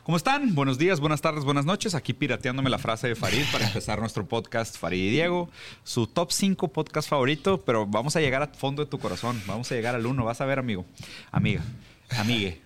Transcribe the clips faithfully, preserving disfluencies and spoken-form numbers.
¿Cómo están? Buenos días, buenas tardes, buenas noches. Aquí pirateándome la frase de Farid para empezar nuestro podcast Farid y Diego. Su top cinco podcast favorito, pero vamos a llegar al fondo de tu corazón. Vamos a llegar al uno. Vas a ver, amigo. Amiga. Amigue.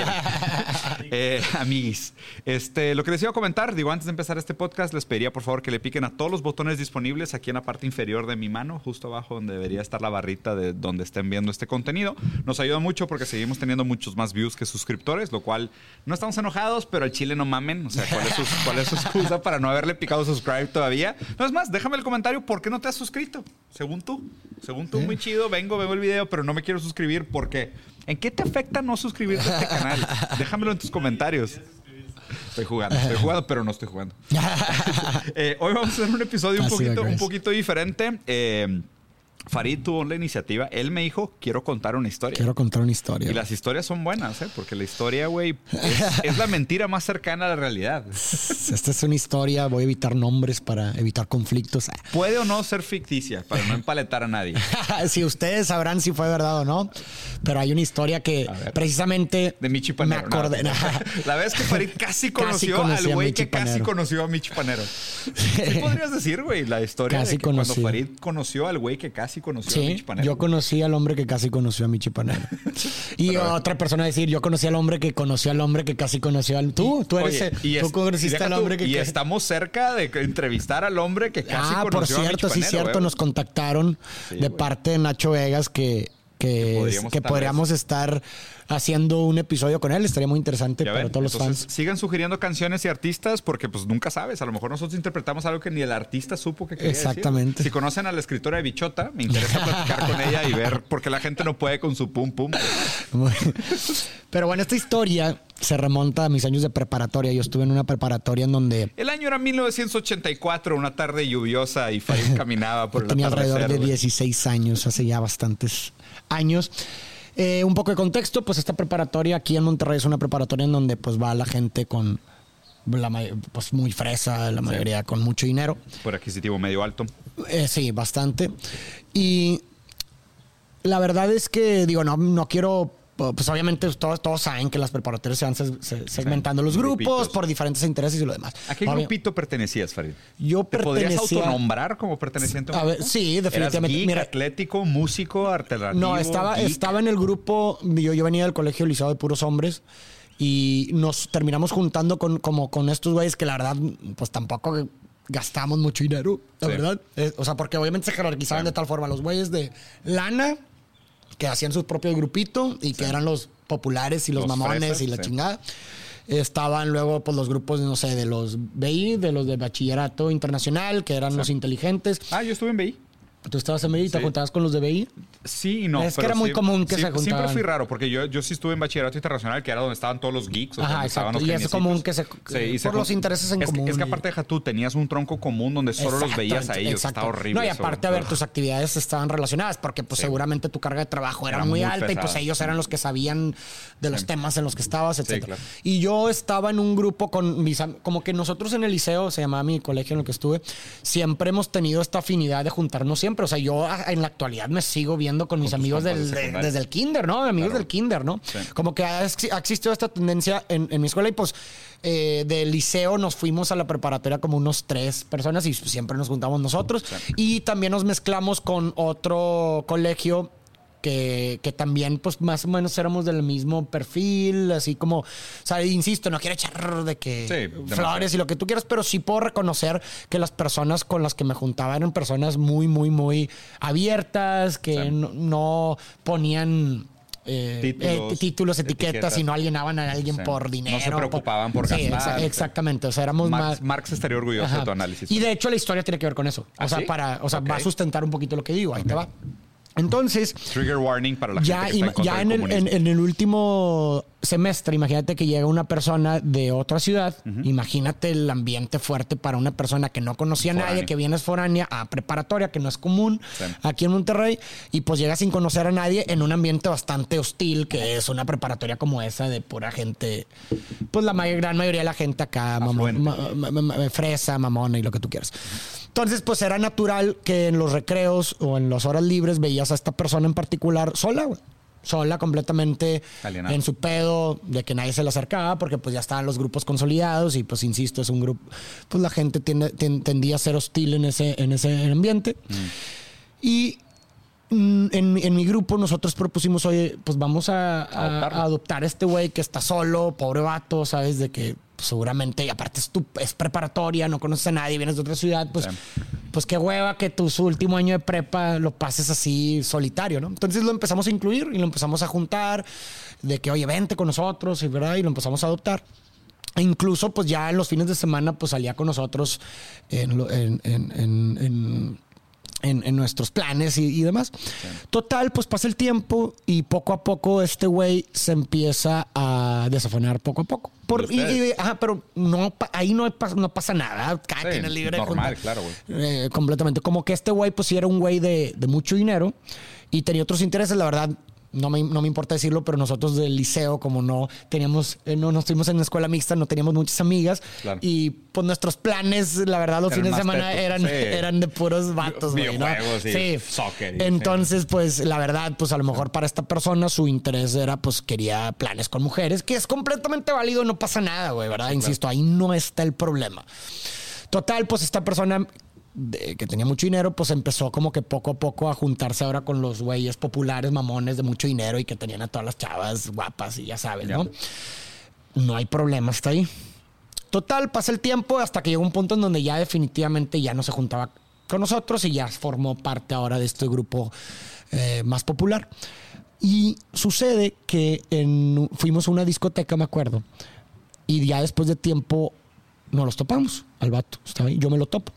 eh, amiguis. Este, lo que les iba a comentar, digo, antes de empezar este podcast, les pediría por favor que le piquen a todos los botones disponibles aquí en la parte inferior de mi mano, justo abajo donde debería estar la barrita de donde estén viendo este contenido. Nos ayuda mucho porque seguimos teniendo muchos más views que suscriptores, lo cual no estamos enojados, pero al chile no mamen. O sea, ¿cuál es su, cuál es su excusa para no haberle picado subscribe todavía? No es más, déjame el comentario, ¿por qué no te has suscrito? Según tú, según tú, muy chido, vengo, vengo el video, pero no me quiero suscribir. ¿Por qué? ¿En qué te afecta no suscribirte a este canal? Déjamelo en tus comentarios. Estoy jugando, estoy jugando, pero no estoy jugando. eh, hoy vamos a hacer un episodio un poquito, un poquito diferente. Eh, Farid tuvo la iniciativa. Él me dijo, quiero contar una historia. Quiero contar una historia. Y las historias son buenas, ¿eh? Porque la historia, güey, es, es la mentira más cercana a la realidad. Esta es una historia. Voy a evitar nombres para evitar conflictos. Puede o no ser ficticia, para no empaletar a nadie. Si ustedes sabrán si fue verdad o no. Pero hay una historia que precisamente... De Michi Panero. Me acordé. No, la vez que Farid casi conoció casi al güey que Panero. casi conoció a Michi Panero. ¿Qué podrías decir, güey? La historia casi de que cuando Farid conoció al güey que casi conoció sí, a Michi Panero. Yo conocí al hombre que casi conoció a Michi Panero. Y pero, otra persona decir, yo conocí al hombre que conoció al hombre que casi conoció al... Tú, tú eres... Oye, y tú es, conociste al hombre tú, que... Y casi... estamos cerca de entrevistar al hombre que casi ah, conoció por cierto, a Michi Panero. Sí, cierto, eh, nos contactaron sí, de wey. parte de Nacho Vegas que... Que, que podríamos, que podríamos estar haciendo un episodio con él. Estaría muy interesante para ven, todos los fans. Sigan sugiriendo canciones y artistas porque pues nunca sabes. A lo mejor nosotros interpretamos algo que ni el artista supo que quería Exactamente. decir. Si conocen a la escritora de Bichota, me interesa platicar con ella y ver por qué la gente no puede con su pum pum. Pero bueno, esta historia se remonta a mis años de preparatoria. Yo estuve en una preparatoria en donde... El año era mil novecientos ochenta y cuatro, una tarde lluviosa y Farid caminaba por el tenía alrededor de dieciséis años, hace ya bastantes años. Eh, un poco de contexto, pues esta preparatoria aquí en Monterrey es una preparatoria en donde pues va la gente con... La, pues muy fresa, la mayoría sí. con mucho dinero. Por adquisitivo medio alto. Eh, sí, bastante. Y la verdad es que, digo, no, no quiero... Pues obviamente todos, todos saben que las preparatorias se van segmentando los grupos grupitos. por diferentes intereses y lo demás. ¿A qué Obvio. grupito pertenecías, Farid? Yo ¿Te pertenecía... podrías autonombrar como perteneciente a un a ver, Sí, definitivamente. ¿Eras geek, Mira, atlético, músico, alternativo? No, estaba, estaba en el grupo... Yo, yo venía del colegio Liceo de puros hombres y nos terminamos juntando con, como con estos güeyes que la verdad pues tampoco... gastamos mucho dinero, la sí. verdad. Es, o sea, porque obviamente se jerarquizaban sí. de tal forma los güeyes de lana... que hacían su propio grupito y sí. que eran los populares y los, los mamones fresas, y la sí. chingada. Estaban luego pues los grupos, no sé, de los B I, de los de bachillerato internacional, que eran sí. los inteligentes. Ah, yo estuve en B I. ¿Tú estabas en B I y sí. te juntabas con los de B I? Sí y no. Es que era muy sí, común que sí, se juntaban. Siempre fui raro, porque yo, yo sí estuve en bachillerato internacional, que era donde estaban todos los geeks. O Ajá, exacto. Y es común que se... Sí, por se, los intereses en es común. Que, es que aparte, deja tú, tenías un tronco común donde solo los veías a ellos. Exacto. Estaba horrible. No, y aparte, eso. a ver, tus actividades estaban relacionadas, porque pues sí. seguramente tu carga de trabajo era, era muy, muy alta pesada. Y pues ellos eran los que sabían de los sí. temas en los que estabas, etcétera. Sí, claro. Y yo estaba en un grupo con mis... Como que nosotros en el liceo, se llamaba mi colegio en el que estuve, siempre hemos tenido esta afinidad de juntarnos siempre. O sea, yo en la actualidad me sigo viendo con mis con amigos del, de, desde el kinder, ¿no? Amigos claro. del kinder, ¿no? Sí. Como que ha, ha existido esta tendencia en, en mi escuela y pues eh, del liceo nos fuimos a la preparatoria como unos tres personas y siempre nos juntamos nosotros. Sí. Y también nos mezclamos con otro colegio que, que también pues más o menos éramos del mismo perfil, así como, o sea, insisto, no quiero echar de que sí, flores y lo que tú quieras, pero sí puedo reconocer que las personas con las que me juntaba eran personas muy, muy, muy abiertas, que sí. no, no ponían... Eh, títulos, eh, títulos etiquetas, etiquetas y no alienaban a alguien sí. por dinero. No se preocupaban por, por sí, gastar. Exa- exactamente, o sea, éramos Marx, más... Marx estaría orgulloso Ajá. de tu análisis. Y de hecho la historia tiene que ver con eso. O ¿Ah, sea, sí? para, o sea okay. va a sustentar un poquito lo que digo. Ahí okay. te va. Entonces... Trigger warning para la ya, gente que está en ya en el, en, en el último semestre, imagínate que llega una persona de otra ciudad. Uh-huh. Imagínate el ambiente fuerte para una persona que no conocía foránea. a nadie, que viene foránea a preparatoria, que no es común sí. aquí en Monterrey. Y pues llega sin conocer a nadie en un ambiente bastante hostil, que es una preparatoria como esa de pura gente. Pues la may- gran mayoría de la gente acá, mamón, ma- ma- ma- fresa, mamona y lo que tú quieras. Entonces, pues era natural que en los recreos o en las horas libres veías a esta persona en particular sola, güey. sola completamente Alienada. en su pedo, de que nadie se le acercaba porque pues ya estaban los grupos consolidados y pues insisto, es un grupo, pues la gente tiende, tiende, tendía a ser hostil en ese, en ese ambiente. Mm. Y en, en mi grupo nosotros propusimos, oye, pues vamos a, a, a adoptar a este güey que está solo, pobre vato, ¿sabes? De que pues, seguramente, y aparte es, tu, es preparatoria, no conoces a nadie, vienes de otra ciudad, pues, sí. pues qué hueva que tu su último año de prepa lo pases así solitario, ¿no? Entonces lo empezamos a incluir y lo empezamos a juntar, de que, oye, vente con nosotros, y, ¿verdad? Y lo empezamos a adoptar. E incluso, pues ya en los fines de semana, pues salía con nosotros en... en, en, en, en En, en nuestros planes y, y demás. Sí. Total, pues pasa el tiempo y poco a poco este güey se empieza a desafanar poco a poco. Por, y, y, ajá, pero no, ahí no, no pasa nada. Cada sí, quien es libre. Normal, de claro, güey. Eh, completamente. Como que este güey, pues sí era un güey de, de mucho dinero y tenía otros intereses, la verdad. No me, no me importa decirlo, pero nosotros del liceo, como no teníamos, eh, no nos estuvimos en una escuela mixta, no teníamos muchas amigas. Claro. Y pues nuestros planes, la verdad, los eran fines de semana eran, sí. eran de puros vatos, güey, ¿no? Sí, sí. Soccer. Y, Entonces, sí. pues, la verdad, pues a lo mejor para esta persona su interés era, pues, quería planes con mujeres, que es completamente válido, no pasa nada, güey, ¿verdad? Sí, Insisto, claro. ahí no está el problema. Total, pues esta persona... De, que tenía mucho dinero, pues empezó como que poco a poco a juntarse ahora con los güeyes populares, mamones de mucho dinero y que tenían a todas las chavas guapas y ya sabes, ¿no? Yeah. No hay problema hasta ahí. Total, pasa el tiempo hasta que llegó un punto en donde ya definitivamente ya no se juntaba con nosotros y ya formó parte ahora de este grupo eh, más popular. Y sucede que en, fuimos a una discoteca, me acuerdo, y ya después de tiempo nos los topamos al vato. Estaba ahí, yo me lo topo.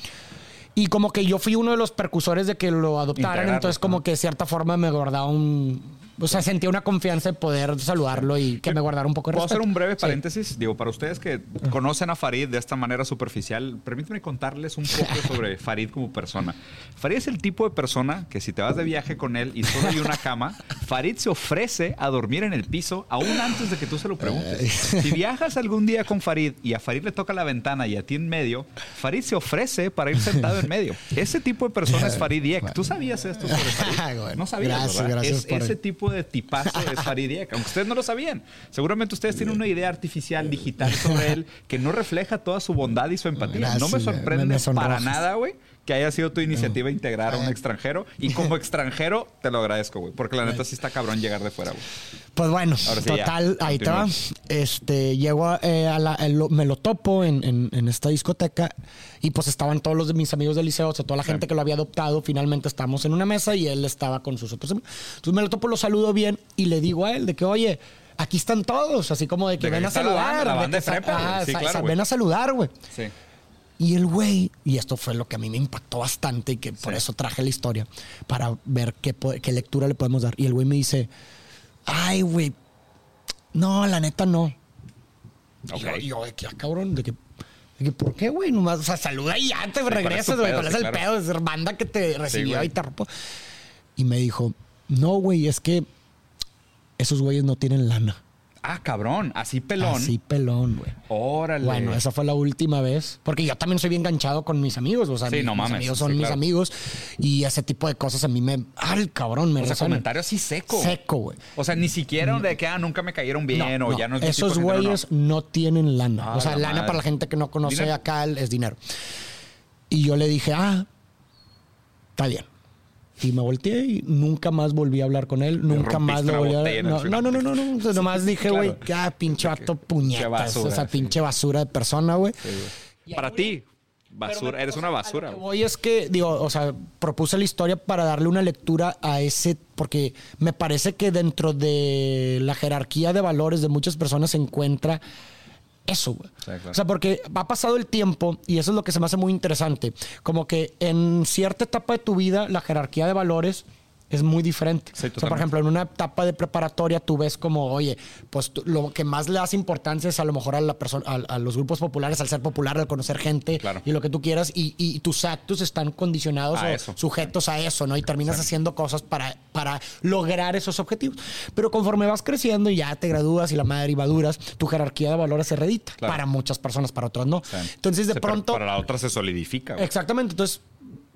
Y como que yo fui uno de los precursores de que lo adoptaran, Integrar, entonces como ¿no? que de cierta forma me guardaba un... O sea, sentía una confianza de poder saludarlo y que me guardara un poco de respeto. respeto. ¿Puedo hacer un breve paréntesis? Sí. Digo, para ustedes que conocen a Farid de esta manera superficial, permítanme contarles un poco sobre Farid como persona. Farid es el tipo de persona que si te vas de viaje con él y solo hay una cama, Farid se ofrece a dormir en el piso aún antes de que tú se lo preguntes. Si viajas algún día con Farid y a Farid le toca la ventana y a ti en medio, Farid se ofrece para ir sentado en medio. Ese tipo de persona es Farid Dieck. ¿Tú sabías esto sobre Farid? No sabías, gracias, ¿verdad? Gracias es, por ese tipo de tipazo es Farid Dieck, aunque ustedes no lo sabían. Seguramente ustedes tienen una idea artificial digital sobre él que no refleja toda su bondad y su empatía. Gracias, no me sorprende me, me para nada, güey, que haya sido tu iniciativa integrar a un extranjero. Y como extranjero, te lo agradezco, güey. Porque la neta sí está cabrón llegar de fuera, güey. Pues bueno, sí, total, ya, ahí te va. Este, llego eh, a la, el, me lo topo en, en, en esta discoteca. Y pues estaban todos los de mis amigos del liceo, o sea, toda la sí. gente que lo había adoptado. Finalmente estábamos en una mesa y él estaba con sus otros amigos. Entonces me lo topo, lo saludo bien y le digo a él de que, oye, aquí están todos. Así como de que de ven a saludar. La banda de que, de prepa, ah, sí, claro, ven a saludar, güey. Sí. Y el güey, y esto fue lo que a mí me impactó bastante y que por sí. eso traje la historia, para ver qué, qué lectura le podemos dar. Y el güey me dice, ay, güey, no, la neta no. Okay. Y yo, yo, ¿qué cabrón? ¿De qué? De que, ¿por qué, güey? Nomás, o sea, saluda y ya te sí, regresas, güey. ¿Cuál es sí, el claro. pedo? Es banda que te recibió sí, y te arropó. Y me dijo, no, güey, es que esos güeyes no tienen lana. Ah, cabrón. Así pelón. Así pelón, güey. Órale. Bueno, esa fue la última vez. Porque yo también soy bien enganchado con mis amigos. O sea, sí, mis, no mames. mis amigos son sí, mis claro. amigos. Y ese tipo de cosas a mí me... ¡Ay, cabrón! Me o sea, comentario así seco. Seco, güey. O sea, ni siquiera de que ah, nunca me cayeron bien no, o no. ya no es Esos güeyes no. no tienen lana. Ah, o sea, la lana madre. Para la gente que no conoce ¿Dinero? Acá es dinero. Y yo le dije, ah, está bien. Y me volteé y nunca más volví a hablar con él. Me nunca más lo volví a ver. No, no, no, no, no, no. O sea, nomás sí, dije, güey, claro. ah, pinche vato puñetas. Basura, o sea, sí. pinche basura de persona, güey. Sí, para ti, basura, eres una basura. Lo que voy es que, digo, o sea, propuse la historia para darle una lectura a ese, porque me parece que dentro de la jerarquía de valores de muchas personas se encuentra eso, güey. Sí, claro. O sea, porque ha pasado el tiempo y eso es lo que se me hace muy interesante. Como que en cierta etapa de tu vida la jerarquía de valores es muy diferente. Sí, o sea, por ejemplo, en una etapa de preparatoria tú ves como, oye, pues tú, lo que más le das importancia es a lo mejor a la persona, a, a los grupos populares, al ser popular, al conocer gente claro. y lo que tú quieras, y, y tus actos están condicionados a o eso. Sujetos a eso, ¿no? Y terminas sí. haciendo cosas para, para lograr esos objetivos. Pero conforme vas creciendo y ya te gradúas y la madre y maduras, tu jerarquía de valores se redita. Claro. Para muchas personas, para otras no. Sí. Entonces, de sí, pronto... Para la otra se solidifica. Güey. Exactamente. Entonces...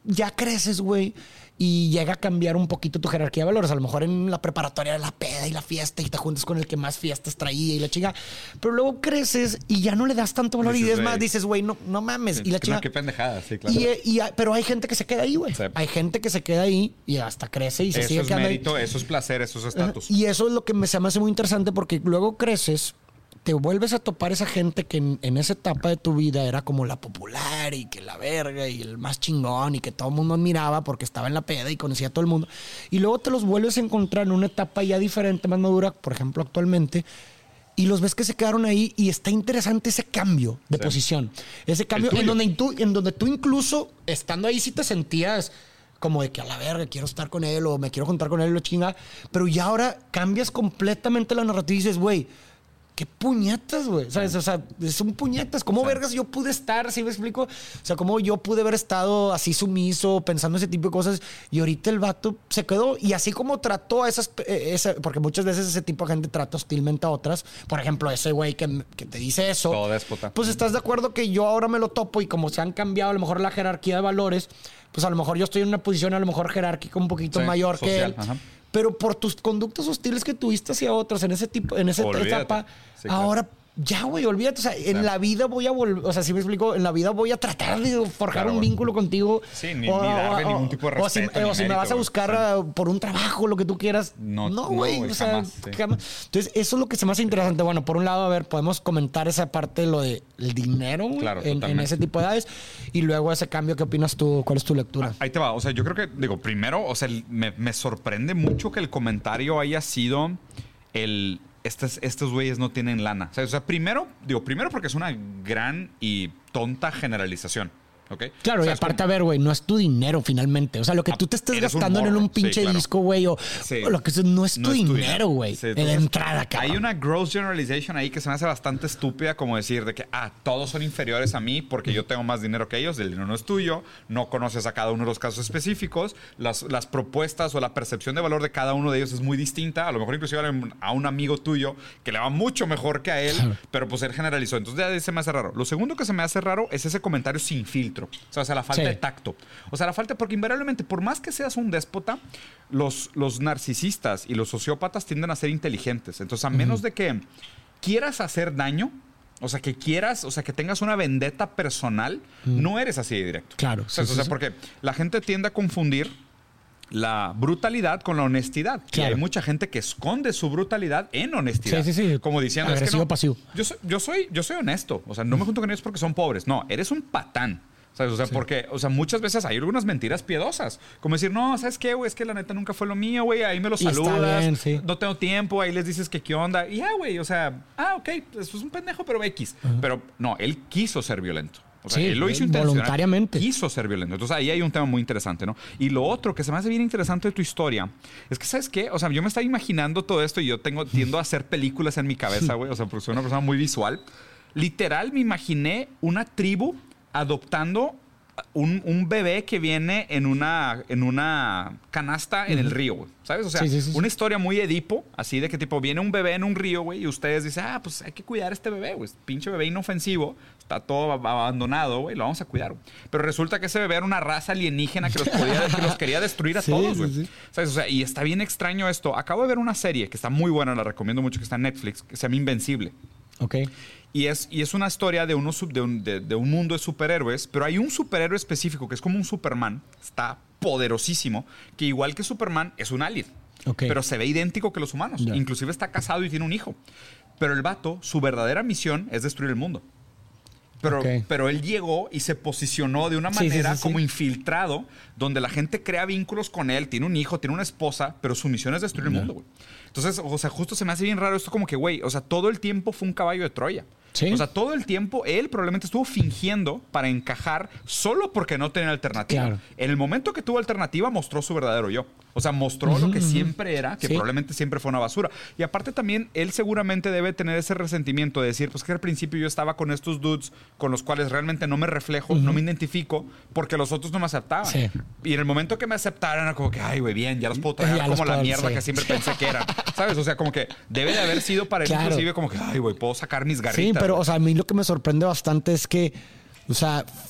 ya creces, güey, y llega a cambiar un poquito tu jerarquía de valores. A lo mejor en la preparatoria era la peda y la fiesta y te juntas con el que más fiestas traía y la chinga. Pero luego creces y ya no le das tanto valor. Dices, y es más, dices, güey, no, no mames. Sí, y la no, chinga. qué pendejada, sí, claro. Y, y, pero hay gente que se queda ahí, güey. Sí. Hay gente que se queda ahí y hasta crece y se eso sigue es quedando mérito, ahí. Eso es placer, eso es estatus. Y eso es lo que me, se me hace muy interesante porque luego creces, te vuelves a topar esa gente que en, en esa etapa de tu vida era como la popular y que la verga y el más chingón y que todo el mundo admiraba porque estaba en la peda y conocía a todo el mundo. Y luego te los vuelves a encontrar en una etapa ya diferente, más madura, por ejemplo, actualmente, y los ves que se quedaron ahí y está interesante ese cambio de sí. posición. Ese cambio en donde, tú, en donde tú incluso, estando ahí, sí te sentías como de que a la verga quiero estar con él o me quiero juntar con él y lo chinga, pero ya ahora cambias completamente la narrativa y dices, güey, qué puñetas, güey. ¿Sabes? O sea, son puñetas. ¿Cómo sí. vergas yo pude estar? ¿Sí me explico? O sea, cómo yo pude haber estado así sumiso, pensando ese tipo de cosas. Y ahorita el vato se quedó. Y así como trató a esas... Esa, porque muchas veces ese tipo de gente trata hostilmente a otras. Por ejemplo, ese güey que, que te dice eso. Todo déspota. Pues estás de acuerdo que yo ahora me lo topo y como se han cambiado a lo mejor la jerarquía de valores, pues a lo mejor yo estoy en una posición a lo mejor jerárquica un poquito sí, mayor social, que él. Ajá. Pero por tus conductas hostiles que tuviste hacia otros en ese tipo, en esa olvídate. etapa, sí, ahora claro. ya, güey, olvídate. O sea, en claro. la vida voy a volver, o sea, si me explico, en la vida voy a tratar de forjar claro, un vínculo contigo. Sí, ni, o, ni darle o, ningún tipo de respeto. O si, o si mérito, me vas a buscar sí. por un trabajo, lo que tú quieras. No, no, güey. No, o sea, jamás, sí. jamás. Entonces, eso es lo que se me hace interesante. Bueno, por un lado, a ver, podemos comentar esa parte de lo del dinero, güey, claro, en, en ese tipo de edades. Y luego ese cambio, ¿qué opinas tú? ¿Cuál es tu lectura? Ahí te va. O sea, yo creo que, digo, primero, o sea, me, me sorprende mucho que el comentario haya sido el... Estos, estos güeyes no tienen lana. O sea, o sea, primero, digo, primero porque es una gran y tonta generalización. ¿Okay? Claro, o sea, y aparte, como... a ver, güey, no es tu dinero finalmente. O sea, lo que tú te estés gastando en un pinche sí, claro. disco, güey, o, sí. o lo que sea, no es tu no dinero, güey. Sí, en la entrada, cabrón. Hay una gross generalization ahí que se me hace bastante estúpida, como decir de que, ah, todos son inferiores a mí porque yo tengo más dinero que ellos, el dinero no es tuyo, no conoces a cada uno de los casos específicos, las, las propuestas o la percepción de valor de cada uno de ellos es muy distinta. A lo mejor inclusive a un amigo tuyo que le va mucho mejor que a él, claro. pero pues él generalizó. Entonces ya se me hace raro. Lo segundo que se me hace raro es ese comentario sin filtro. O sea, o sea, la falta sí. de tacto. O sea, la falta... Porque invariablemente, por más que seas un déspota, los, los narcisistas y los sociópatas tienden a ser inteligentes. Entonces, a menos uh-huh. de que quieras hacer daño, o sea, que quieras... O sea, que tengas una vendetta personal, uh-huh. no eres así de directo. Claro. O sea, sí, o sea sí, porque sí. la gente tiende a confundir la brutalidad con la honestidad. Claro. Y hay mucha gente que esconde su brutalidad en honestidad. Sí, sí, sí. Como diciendo... Agresivo, es que no, pasivo. Yo soy, yo, soy, yo soy honesto. O sea, no me junto con ellos porque son pobres. No, eres un patán. ¿Sabes? O sea, sí. porque, o sea, muchas veces hay algunas mentiras piadosas. Como decir, no, ¿sabes qué, güey? Es que la neta nunca fue lo mío, güey. Ahí me lo saludas. Bien, sí. No tengo tiempo. Ahí les dices que qué onda. Y ya, güey. O sea, ah, ok. Eso es un pendejo, pero X. Uh-huh. Pero no, él quiso ser violento. O sea, sí, él lo hizo voluntariamente. Quiso ser violento. Entonces, ahí hay un tema muy interesante, ¿no? Y lo otro que se me hace bien interesante de tu historia es que, ¿sabes qué? O sea, yo me estaba imaginando todo esto y yo tengo, tiendo a hacer películas en mi cabeza, güey. O sea, porque soy una persona muy visual. Literal, me imaginé una tribu adoptando un, un bebé que viene en una, en una canasta en uh-huh. el río, güey. ¿Sabes? O sea, sí, sí, sí, una historia muy Edipo, así de que tipo, viene un bebé en un río, güey, y ustedes dicen, ah, pues hay que cuidar a este bebé, güey. Pinche bebé inofensivo, está todo abandonado, güey, lo vamos a cuidar, güey. Pero resulta que ese bebé era una raza alienígena que los, podía, que los quería destruir a sí, todos, güey. Sí, sí. ¿Sabes? O sea, y está bien extraño esto. Acabo de ver una serie que está muy buena, la recomiendo mucho, que está en Netflix, que se llama Invencible. Ok. Y es, y es una historia de, unos, de, un, de, de un mundo de superhéroes, pero hay un superhéroe específico que es como un Superman, está poderosísimo, que igual que Superman es un alien, okay. pero se ve idéntico que los humanos. Yeah. Inclusive está casado y tiene un hijo. Pero el vato, su verdadera misión es destruir el mundo. Pero, okay. pero él llegó y se posicionó de una manera sí, sí, sí, como sí. infiltrado, donde la gente crea vínculos con él, tiene un hijo, tiene una esposa, pero su misión es destruir yeah. el mundo, güey. Entonces, o sea, justo se me hace bien raro esto como que, güey, o sea, todo el tiempo fue un caballo de Troya. ¿Sí? O sea, todo el tiempo él probablemente estuvo fingiendo para encajar solo porque no tenía alternativa. Claro. En el momento que tuvo alternativa, mostró su verdadero yo. O sea, mostró uh-huh, lo que uh-huh. siempre era, que sí. probablemente siempre fue una basura. Y aparte también, él seguramente debe tener ese resentimiento de decir, pues que al principio yo estaba con estos dudes con los cuales realmente no me reflejo, uh-huh. no me identifico, porque los otros no me aceptaban. Sí. Y en el momento que me aceptaron, era como que, ay, güey, bien, ya los puedo traer como la puedo, mierda sí. que siempre pensé que eran. ¿Sabes? O sea, como que debe de haber sido para él claro. inclusive como que, ay, güey, puedo sacar mis garritas. Sí, pero, güey. O sea, a mí lo que me sorprende bastante es que, o sea,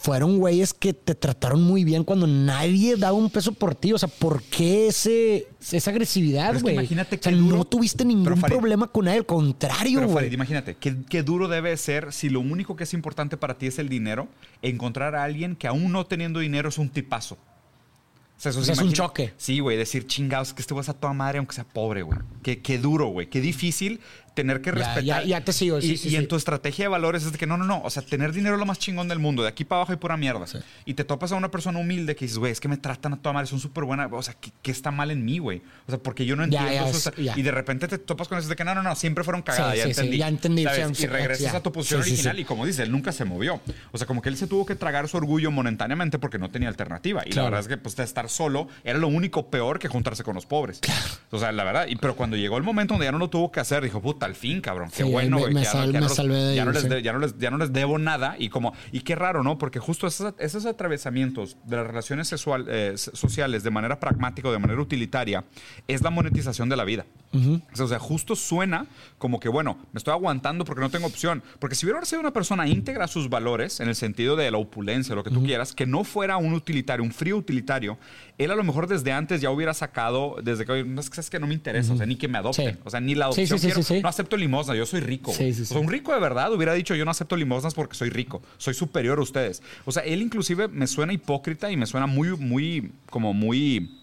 fueron güeyes que te trataron muy bien cuando nadie daba un peso por ti. O sea, ¿por qué ese, esa agresividad, güey? Imagínate que o sea, duro, no tuviste ningún Farid, problema con él, al contrario, pero güey. Farid, imagínate, ¿qué, qué duro debe ser si lo único que es importante para ti es el dinero, encontrar a alguien que aún no teniendo dinero es un tipazo. O sea, eso o sea, es un choque. Sí, güey, decir chingados, que este güey es a toda madre aunque sea pobre, güey. Qué, qué duro, güey. Qué difícil tener que Ya, respetar. ya, ya te sigo. Sí, y sí, y sí. en tu estrategia de valores es de que no, no, no. O sea, tener dinero es lo más chingón del mundo. De aquí para abajo hay pura mierda. Sí. Y te topas a una persona humilde que dices, güey, es que me tratan a toda madre, son súper buenas. O sea, ¿qué, ¿qué está mal en mí, güey? O sea, porque yo no Ya, entiendo ya, eso. es- ya. Y de repente te topas con eso de que no, no, no, siempre fueron cagadas. Sí, ya, sí, sí, entendí, ya entendí. ¿sabes? Sí, Y regresas ya. a tu posición Sí, sí, original sí. y como dices, él nunca se movió. O sea, como que él se tuvo que tragar su orgullo momentáneamente porque no tenía alternativa. Y Claro. la verdad es que pues, estar solo era lo único peor que juntarse con los pobres. Claro. O sea, la verdad. Y, pero cuando llegó el momento donde ya no lo tuvo que hacer, dijo, puta, al fin, cabrón. Qué Sí, bueno, me- güey. me que ya no- sal- que ya me no los- salvé de ya no ellos, les sí. de- ya no les, ya no les debo nada. Y como, y qué raro, ¿no? Porque justo esos, esos atravesamientos de las relaciones sexual, eh, sociales de manera pragmática o de manera utilitaria es la monetización de la vida. Uh-huh. O sea, justo suena como que, bueno, me estoy aguantando porque no tengo opción. Porque si hubiera sido una persona íntegra a sus valores, en el sentido de la opulencia, lo que tú uh-huh. quieras, que no fuera un utilitario, un frío utilitario, él a lo mejor desde antes ya hubiera sacado, desde que, no es que, es que no me interesa, uh-huh. o sea, ni que me adopten. Sí. O sea, ni la adopción sí, sí, quiero, sí, sí. no acepto limosna, yo soy rico. Sí, sí, sí. O sea, un rico de verdad hubiera dicho, yo no acepto limosnas porque soy rico, soy superior a ustedes. O sea, él inclusive me suena hipócrita y me suena muy, muy, como muy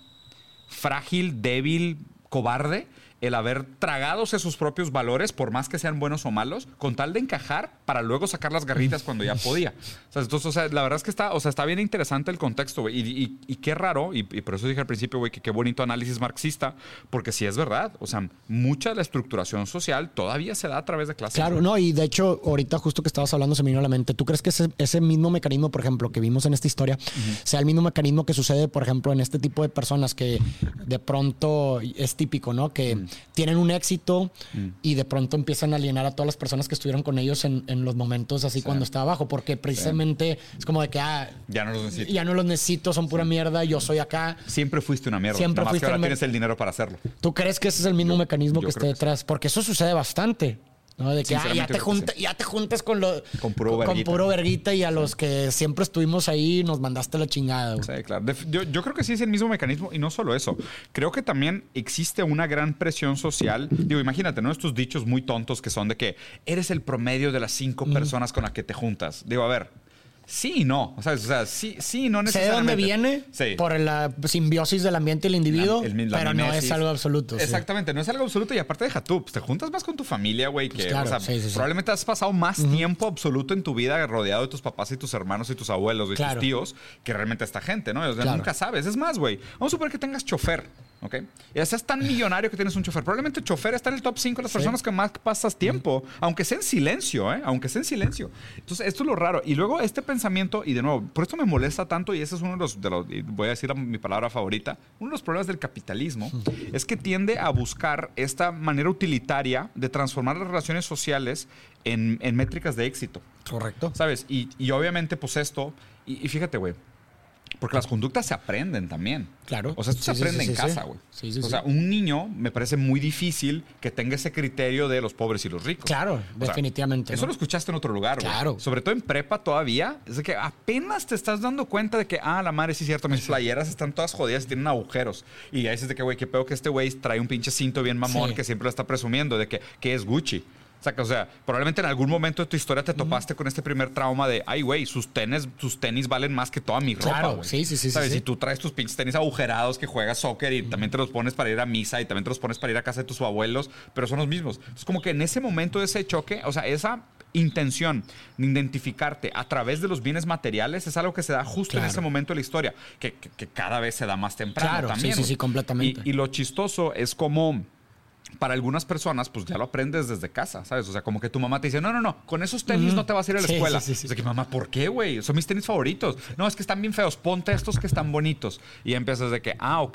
frágil, débil, cobarde, el haber tragadose sus propios valores, por más que sean buenos o malos, con tal de encajar para luego sacar las garritas cuando ya podía. O sea, entonces, o sea, la verdad es que está, o sea, está bien interesante el contexto, güey. Y, y, y qué raro, y, y por eso dije al principio, güey, que qué bonito análisis marxista, porque sí es verdad. O sea, mucha de la estructuración social todavía se da a través de clases. Claro, güey. no, y de hecho, ahorita justo que estabas hablando se me vino a la mente. ¿Tú crees que ese, ese mismo mecanismo, por ejemplo, que vimos en esta historia, uh-huh. sea el mismo mecanismo que sucede, por ejemplo, en este tipo de personas que de pronto es típico, ¿no? Que uh-huh. tienen un éxito mm. y de pronto empiezan a alienar a todas las personas que estuvieron con ellos en, en los momentos así sí. cuando estaba abajo, porque precisamente sí. es como de que ah, ya no los necesito, ya no los necesito, son pura sí. mierda, yo soy acá. Siempre fuiste una mierda, siempre nomás fuiste que ahora una tienes el dinero para hacerlo. ¿Tú crees que ese es el mismo yo, mecanismo que esté detrás? Sí. Porque eso sucede bastante. ¿No? De que ah, ya, te junta, sí. ya te juntas con, lo, con, puro, con, verguita. con puro verguita y a sí. los que siempre estuvimos ahí nos mandaste la chingada. Güey. Sí, claro. Yo, yo creo que sí es el mismo mecanismo y no solo eso. Creo que también existe una gran presión social. Digo, imagínate, ¿no? Estos dichos muy tontos que son de que eres el promedio de las cinco mm. personas con las que te juntas. Digo, a ver... Sí y no. O sea, o sea sí, sí no necesariamente. ¿Sé de dónde viene? Sí. Por la simbiosis del ambiente y el individuo, la, el, la pero mimesis. No es algo absoluto. Exactamente, sí. no es algo absoluto. Y aparte deja tú, pues te juntas más con tu familia, güey, que pues claro, o sea, sí, sí, probablemente sí. has pasado más uh-huh. tiempo absoluto en tu vida rodeado de tus papás y tus hermanos y tus abuelos y claro. tus tíos que realmente esta gente, ¿no? O sea, claro. nunca sabes. Es más, güey, vamos a suponer que tengas chofer. ¿Ok? Y seas tan millonario que tienes un chofer. Probablemente el chofer está en el top cinco de las sí. personas que más pasas tiempo, mm. aunque sea en silencio, ¿eh? Aunque sea en silencio. Entonces, esto es lo raro. Y luego este pensamiento, y de nuevo, por esto me molesta tanto, y ese es uno de los, de los voy a decir mi palabra favorita, uno de los problemas del capitalismo mm. es que tiende a buscar esta manera utilitaria de transformar las relaciones sociales en, en métricas de éxito. Correcto. ¿Sabes? Y, y obviamente, pues esto, y, y fíjate, güey, porque las conductas se aprenden también. Claro. O sea, esto sí, se aprende sí, sí, en sí, casa, güey. Sí. Sí, sí, o sea, sí. un niño me parece muy difícil que tenga ese criterio de los pobres y los ricos. Claro, o definitivamente. Sea, ¿no? Eso lo escuchaste en otro lugar, güey. Claro. Sobre todo en prepa todavía. Es de que apenas te estás dando cuenta de que, ah, la madre, sí es cierto, mis playeras están todas jodidas y tienen agujeros. Y ahí dices de que, güey, qué pedo que este güey trae un pinche cinto bien mamón sí. que siempre lo está presumiendo de que, que es Gucci. O sea, que, o sea, probablemente en algún momento de tu historia te topaste mm. con este primer trauma de, ay, güey, sus tenis, sus tenis valen más que toda mi ropa, claro, güey. Sí, sí, sí. ¿Sabes? Sí, sí. Si tú traes tus pinches tenis agujerados que juegas soccer y mm. también te los pones para ir a misa y también te los pones para ir a casa de tus abuelos, pero son los mismos. Entonces, como que en ese momento de ese choque, o sea, esa intención de identificarte a través de los bienes materiales es algo que se da justo claro. en ese momento de la historia, que, que, que cada vez se da más temprano claro, también. Sí, sí, sí, completamente. Y, y lo chistoso es como... Para algunas personas, pues ya lo aprendes desde casa, ¿sabes? O sea, como que tu mamá te dice, no, no, no, con esos tenis mm. no te vas a ir a la sí, escuela. Sí, sí, sí. O sea, que mamá, ¿por qué, güey? Son mis tenis favoritos. No, es que están bien feos, ponte estos que están bonitos. Y empiezas de que, ah, ok.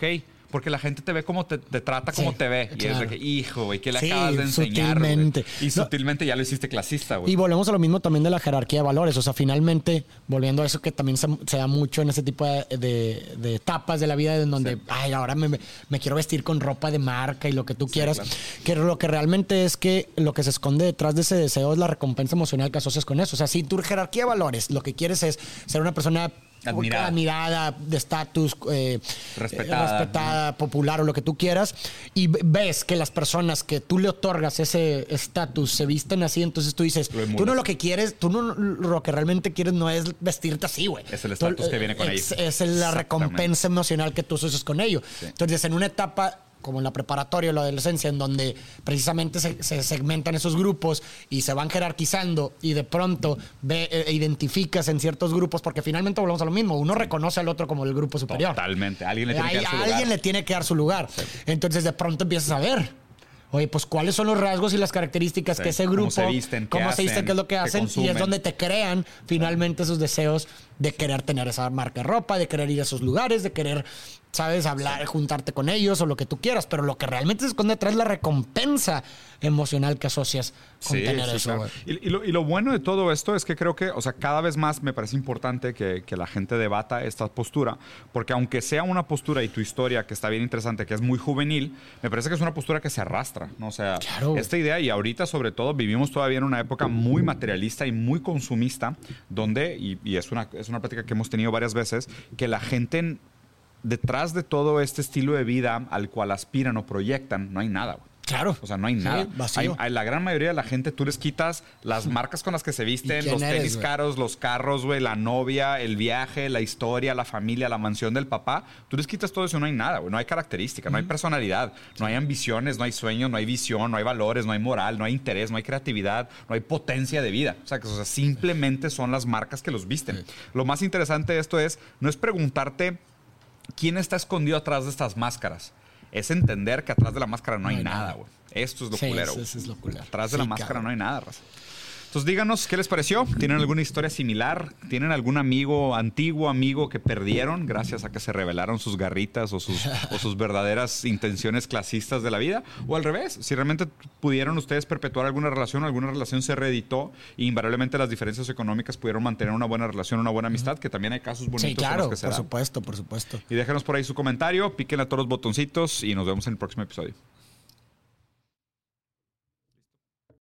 Porque la gente te ve como te, te trata como sí, te ve. Y claro. es de que, hijo, güey, ¿qué le sí, acabas de enseñar? Sutilmente. Wey? Y sutilmente no. ya lo hiciste clasista, güey. Y volvemos a lo mismo también de la jerarquía de valores. O sea, finalmente, volviendo a eso que también se, se da mucho en ese tipo de, de, de etapas de la vida en donde, sí. ay, ahora me, me quiero vestir con ropa de marca y lo que tú sí, quieras. Claro. Que lo que realmente es que lo que se esconde detrás de ese deseo es la recompensa emocional que asocias con eso. O sea, si tu jerarquía de valores lo que quieres es ser una persona admirada, admirada de estatus, eh, respetada, respetada ¿no? popular o lo que tú quieras, y ves que las personas que tú le otorgas ese estatus se visten así, entonces tú dices, tú no lo que quieres, tú no lo que realmente quieres no es vestirte así, güey. Es el estatus que viene con es, ello. Es la recompensa emocional que tú asocias con ello. Sí. Entonces, en una etapa como en la preparatoria o la adolescencia, en donde precisamente se, se segmentan esos grupos y se van jerarquizando y de pronto ve, eh, identificas en ciertos grupos, porque finalmente volvemos a lo mismo, uno sí. reconoce al otro como el grupo superior. Totalmente, alguien le tiene, que dar, su alguien lugar. Le tiene que dar su lugar. Sí. Entonces de pronto empiezas a ver, oye, pues cuáles son los rasgos y las características sí. que ese grupo, cómo se visten, cómo se visten, qué es lo que hacen, y es donde te crean finalmente esos deseos de querer tener esa marca de ropa, de querer ir a esos lugares, de querer, sabes, hablar, sí. juntarte con ellos o lo que tú quieras, pero lo que realmente se esconde detrás es la recompensa emocional que asocias con sí, tener sí, eso. Claro. Y, y, lo, y lo bueno de todo esto es que creo que, o sea, cada vez más me parece importante que, que la gente debata esta postura, porque aunque sea una postura y tu historia que está bien interesante, que es muy juvenil, me parece que es una postura que se arrastra, ¿no? O sea, claro. esta idea, y ahorita sobre todo vivimos todavía en una época muy materialista y muy consumista, donde, y, y es una, es una plática que hemos tenido varias veces, que la gente detrás de todo este estilo de vida al cual aspiran o proyectan, no hay nada, güey. Claro. O sea, no hay nada. Sí, hay, hay, la gran mayoría de la gente, tú les quitas las marcas con las que se visten, los tenis eres, caros, los carros, güey, la novia, el viaje, la historia, la familia, la mansión del papá. Tú les quitas todo eso y no hay nada, güey. No hay característica, mm. no hay personalidad, no hay ambiciones, no hay sueños, no hay visión, no hay valores, no hay moral, no hay interés, no hay creatividad, no hay potencia de vida. O sea, que o sea, simplemente son las marcas que los visten. Sí. Lo más interesante de esto es, no es preguntarte quién está escondido atrás de estas máscaras. Es entender que atrás de la máscara no, no hay, hay nada, güey. Esto es lo sí, culero. Eso, eso es lo culero. Atrás de sí, la máscara cabrón. no hay nada, raza. Entonces díganos qué les pareció. ¿Tienen alguna historia similar? ¿Tienen algún amigo, antiguo amigo que perdieron gracias a que se revelaron sus garritas o sus, o sus verdaderas intenciones clasistas de la vida? O al revés, si realmente pudieron ustedes perpetuar alguna relación, alguna relación se reeditó y invariablemente las diferencias económicas pudieron mantener una buena relación, una buena amistad, que también hay casos bonitos. Sí, claro, en los que se por dan. supuesto, por supuesto. Y déjenos por ahí su comentario, píquenle a todos los botoncitos y nos vemos en el próximo episodio.